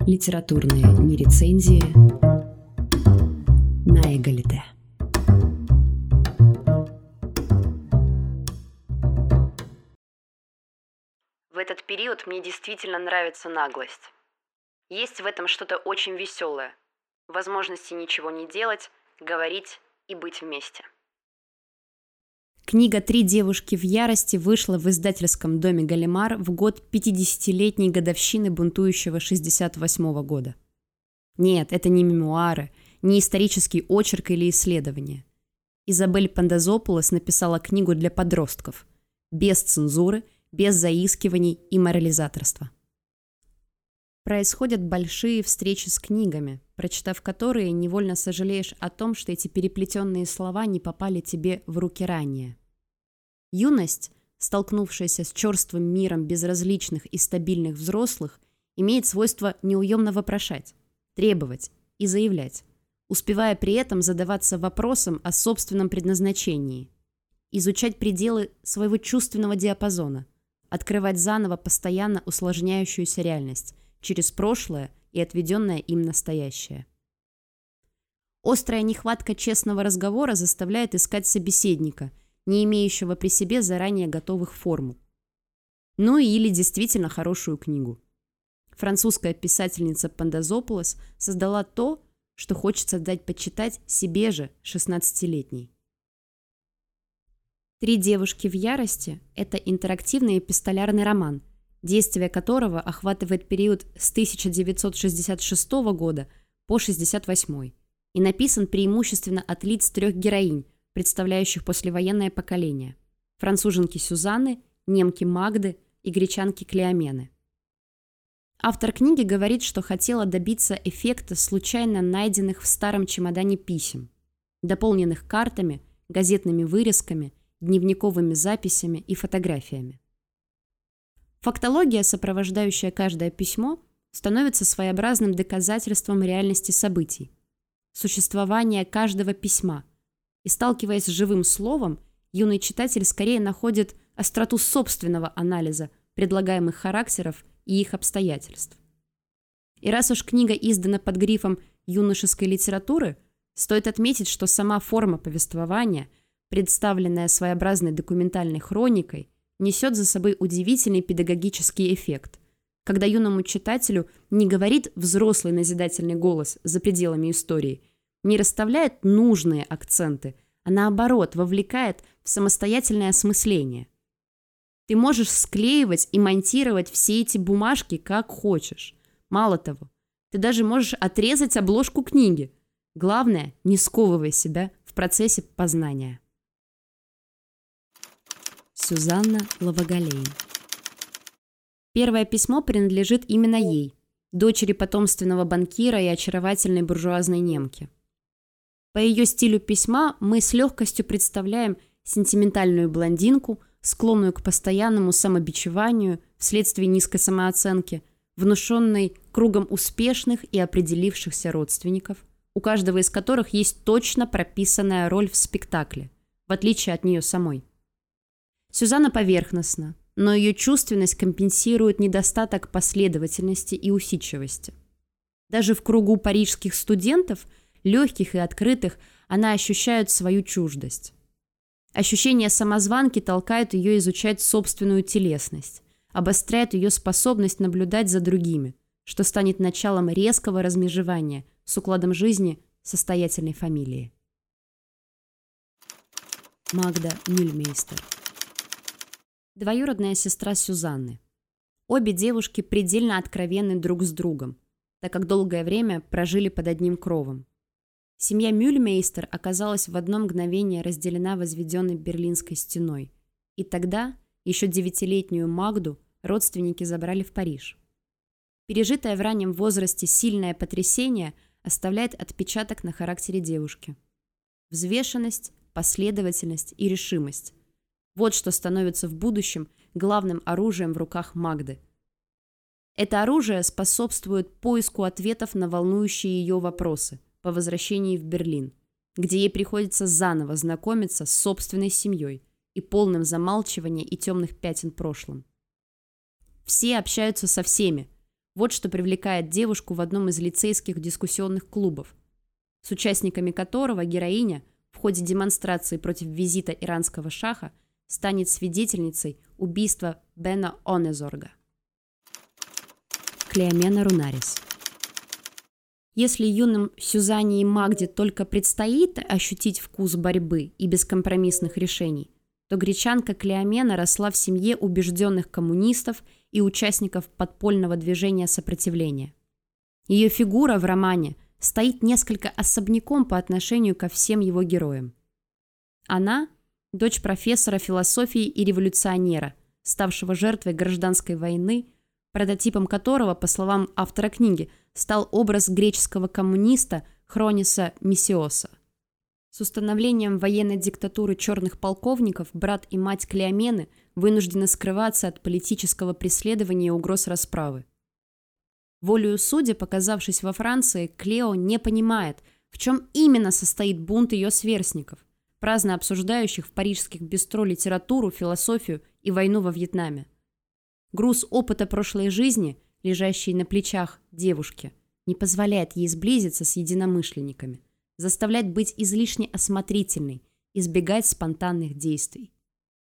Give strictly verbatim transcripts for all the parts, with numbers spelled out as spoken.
Литературные нерецензии на Эгалите. В этот период мне действительно нравится наглость. Есть в этом что-то очень веселое. Возможности ничего не делать, говорить и быть вместе. Книга «Три девушки в ярости» вышла в издательском доме «Галимар» в год пятидесятилетней годовщины бунтующего шестьдесят восьмого года. Нет, это не мемуары, не исторический очерк или исследование. Изабель Пандазопулос написала книгу для подростков, без цензуры, без заискиваний и морализаторства. Происходят большие встречи с книгами, прочитав которые, невольно сожалеешь о том, что эти переплетенные слова не попали тебе в руки ранее. Юность, столкнувшаяся с черствым миром безразличных и стабильных взрослых, имеет свойство неуемно вопрошать, требовать и заявлять, успевая при этом задаваться вопросом о собственном предназначении, изучать пределы своего чувственного диапазона, открывать заново постоянно усложняющуюся реальность через прошлое и отведенное им настоящее. Острая нехватка честного разговора заставляет искать собеседника, не имеющего при себе заранее готовых формул. Ну и или действительно хорошую книгу. Французская писательница Пандазопулос создала то, что хочется дать почитать себе же, шестнадцатилетней. «Три девушки в ярости» – это интерактивный эпистолярный роман, действие которого охватывает период с тысяча девятьсот шестьдесят шестого года по шестьдесят восьмой и написан преимущественно от лиц трех героинь, представляющих послевоенное поколение – француженки Сюзанны, немки Магды и гречанки Клеомены. Автор книги говорит, что хотела добиться эффекта случайно найденных в старом чемодане писем, дополненных картами, газетными вырезками, дневниковыми записями и фотографиями. Фактология, сопровождающая каждое письмо, становится своеобразным доказательством реальности событий, существования каждого письма, и, сталкиваясь с живым словом, юный читатель скорее находит остроту собственного анализа предлагаемых характеров и их обстоятельств. И раз уж книга издана под грифом юношеской литературы, стоит отметить, что сама форма повествования, представленная своеобразной документальной хроникой, несет за собой удивительный педагогический эффект, когда юному читателю не говорит взрослый назидательный голос за пределами истории, не расставляет нужные акценты, а наоборот вовлекает в самостоятельное осмысление. Ты можешь склеивать и монтировать все эти бумажки как хочешь. Мало того, ты даже можешь отрезать обложку книги. Главное, не сковывай себя в процессе познания. Сюзанна Лавагалейн. Первое письмо принадлежит именно ей, дочери потомственного банкира и очаровательной буржуазной немки. По ее стилю письма мы с легкостью представляем сентиментальную блондинку, склонную к постоянному самобичеванию вследствие низкой самооценки, внушенной кругом успешных и определившихся родственников, у каждого из которых есть точно прописанная роль в спектакле, в отличие от нее самой. Сюзанна поверхностна, но ее чувственность компенсирует недостаток последовательности и усидчивости. Даже в кругу парижских студентов, легких и открытых, она ощущает свою чуждость. Ощущение самозванки толкает ее изучать собственную телесность, обостряет ее способность наблюдать за другими, что станет началом резкого размежевания с укладом жизни состоятельной фамилии. Магда Мюльмейстер. Двоюродная сестра Сюзанны. Обе девушки предельно откровенны друг с другом, так как долгое время прожили под одним кровом. Семья Мюльмейстер оказалась в одно мгновение разделена возведенной Берлинской стеной, и тогда еще девятилетнюю Магду родственники забрали в Париж. Пережитое в раннем возрасте сильное потрясение оставляет отпечаток на характере девушки. Взвешенность, последовательность и решимость – вот что становится в будущем главным оружием в руках Магды. Это оружие способствует поиску ответов на волнующие ее вопросы по возвращении в Берлин, где ей приходится заново знакомиться с собственной семьей и полным замалчивания и темных пятен прошлым. Все общаются со всеми, Вот что привлекает девушку в одном из лицейских дискуссионных клубов, с участниками которого героиня в ходе демонстрации против визита иранского шаха станет свидетельницей убийства Бена Онезорга. Клеомена Рунарис. Если юным Сюзанне и Магде только предстоит ощутить вкус борьбы и бескомпромиссных решений, то гречанка Клеомена росла в семье убежденных коммунистов и участников подпольного движения сопротивления. Ее фигура в романе стоит несколько особняком по отношению ко всем его героям. Она – дочь профессора философии и революционера, ставшего жертвой гражданской войны, прототипом которого, по словам автора книги, стал образ греческого коммуниста Хрониса Мисиоса. С установлением военной диктатуры черных полковников брат и мать Клеомены вынуждены скрываться от политического преследования и угроз расправы. Волею судеб, оказавшись во Франции, Клео не понимает, в чем именно состоит бунт ее сверстников, праздно обсуждающих в парижских бистро литературу, философию и войну во Вьетнаме. Груз опыта прошлой жизни, лежащий на плечах девушки, не позволяет ей сблизиться с единомышленниками, заставляет быть излишне осмотрительной, избегать спонтанных действий.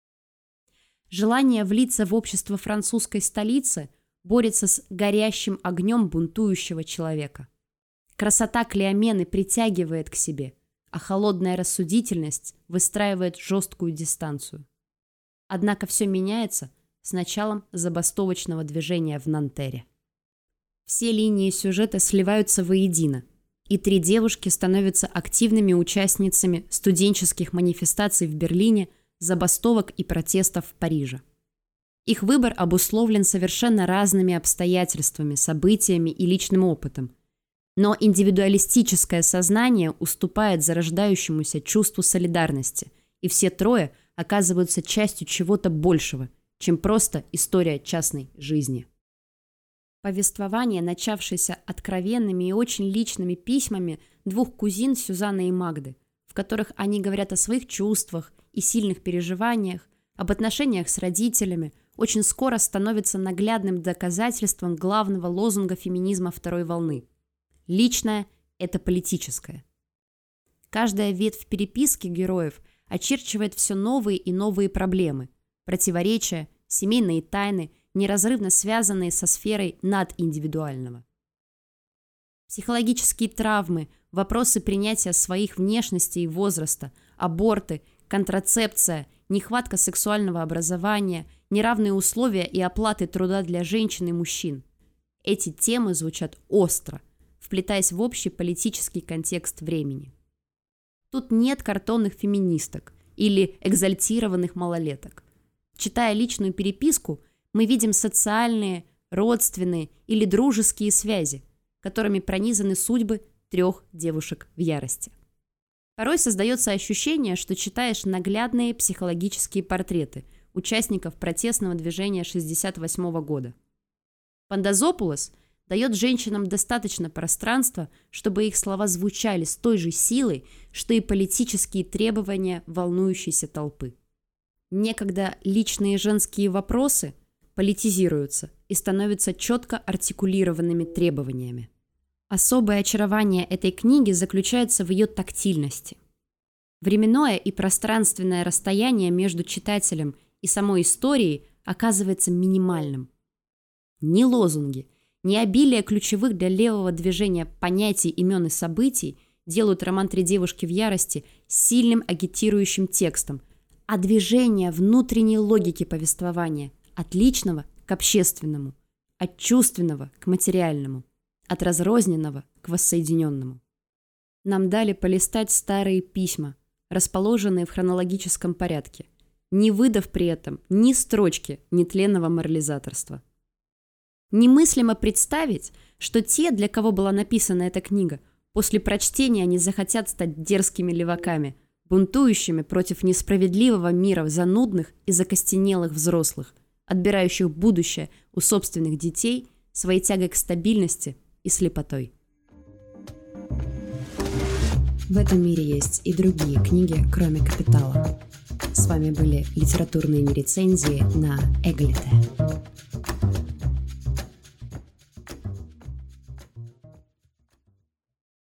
Желание влиться в общество французской столицы борется с горящим огнем бунтующего человека. Красота Клеомены притягивает к себе, а холодная рассудительность выстраивает жесткую дистанцию. Однако все меняется с началом забастовочного движения в Нантере. Все линии сюжета сливаются воедино, и три девушки становятся активными участницами студенческих манифестаций в Берлине, забастовок и протестов в Париже. Их выбор обусловлен совершенно разными обстоятельствами, событиями и личным опытом. Но индивидуалистическое сознание уступает зарождающемуся чувству солидарности, и все трое оказываются частью чего-то большего, чем просто история частной жизни. Повествование, начавшееся откровенными и очень личными письмами двух кузин Сюзанны и Магды, в которых они говорят о своих чувствах и сильных переживаниях, об отношениях с родителями, очень скоро становится наглядным доказательством главного лозунга феминизма второй волны. Личное – это политическое. Каждая ветвь переписки героев очерчивает все новые и новые проблемы, противоречия, семейные тайны, неразрывно связанные со сферой надиндивидуального. Психологические травмы, вопросы принятия своих внешностей и возраста, аборты, контрацепция, нехватка сексуального образования, неравные условия и оплаты труда для женщин и мужчин. Эти темы звучат остро, вплетаясь в общий политический контекст времени. Тут нет картонных феминисток или экзальтированных малолеток. Читая личную переписку, мы видим социальные, родственные или дружеские связи, которыми пронизаны судьбы трех девушек в ярости. Порой создается ощущение, что читаешь наглядные психологические портреты участников протестного движения шестьдесят восьмого года. Пандазопулос дает женщинам достаточно пространства, чтобы их слова звучали с той же силой, что и политические требования волнующейся толпы. Некогда личные женские вопросы политизируются и становятся четко артикулированными требованиями. Особое очарование этой книги заключается в ее тактильности. Временное и пространственное расстояние между читателем и самой историей оказывается минимальным. Ни лозунги, ни обилие ключевых для левого движения понятий, имен и событий делают роман «Три девушки в ярости» сильным агитирующим текстом, а движение внутренней логики повествования от личного к общественному, от чувственного к материальному, от разрозненного к воссоединенному. Нам дали полистать старые письма, расположенные в хронологическом порядке, не выдав при этом ни строчки нетленного морализаторства. Немыслимо представить, что те, для кого была написана эта книга, после прочтения не захотят стать дерзкими леваками, бунтующими против несправедливого мира занудных и закостенелых взрослых, отбирающих будущее у собственных детей своей тягой к стабильности и слепотой. В этом мире есть и другие книги, кроме «Капитала». С вами были литературные нерецензии на Эглите.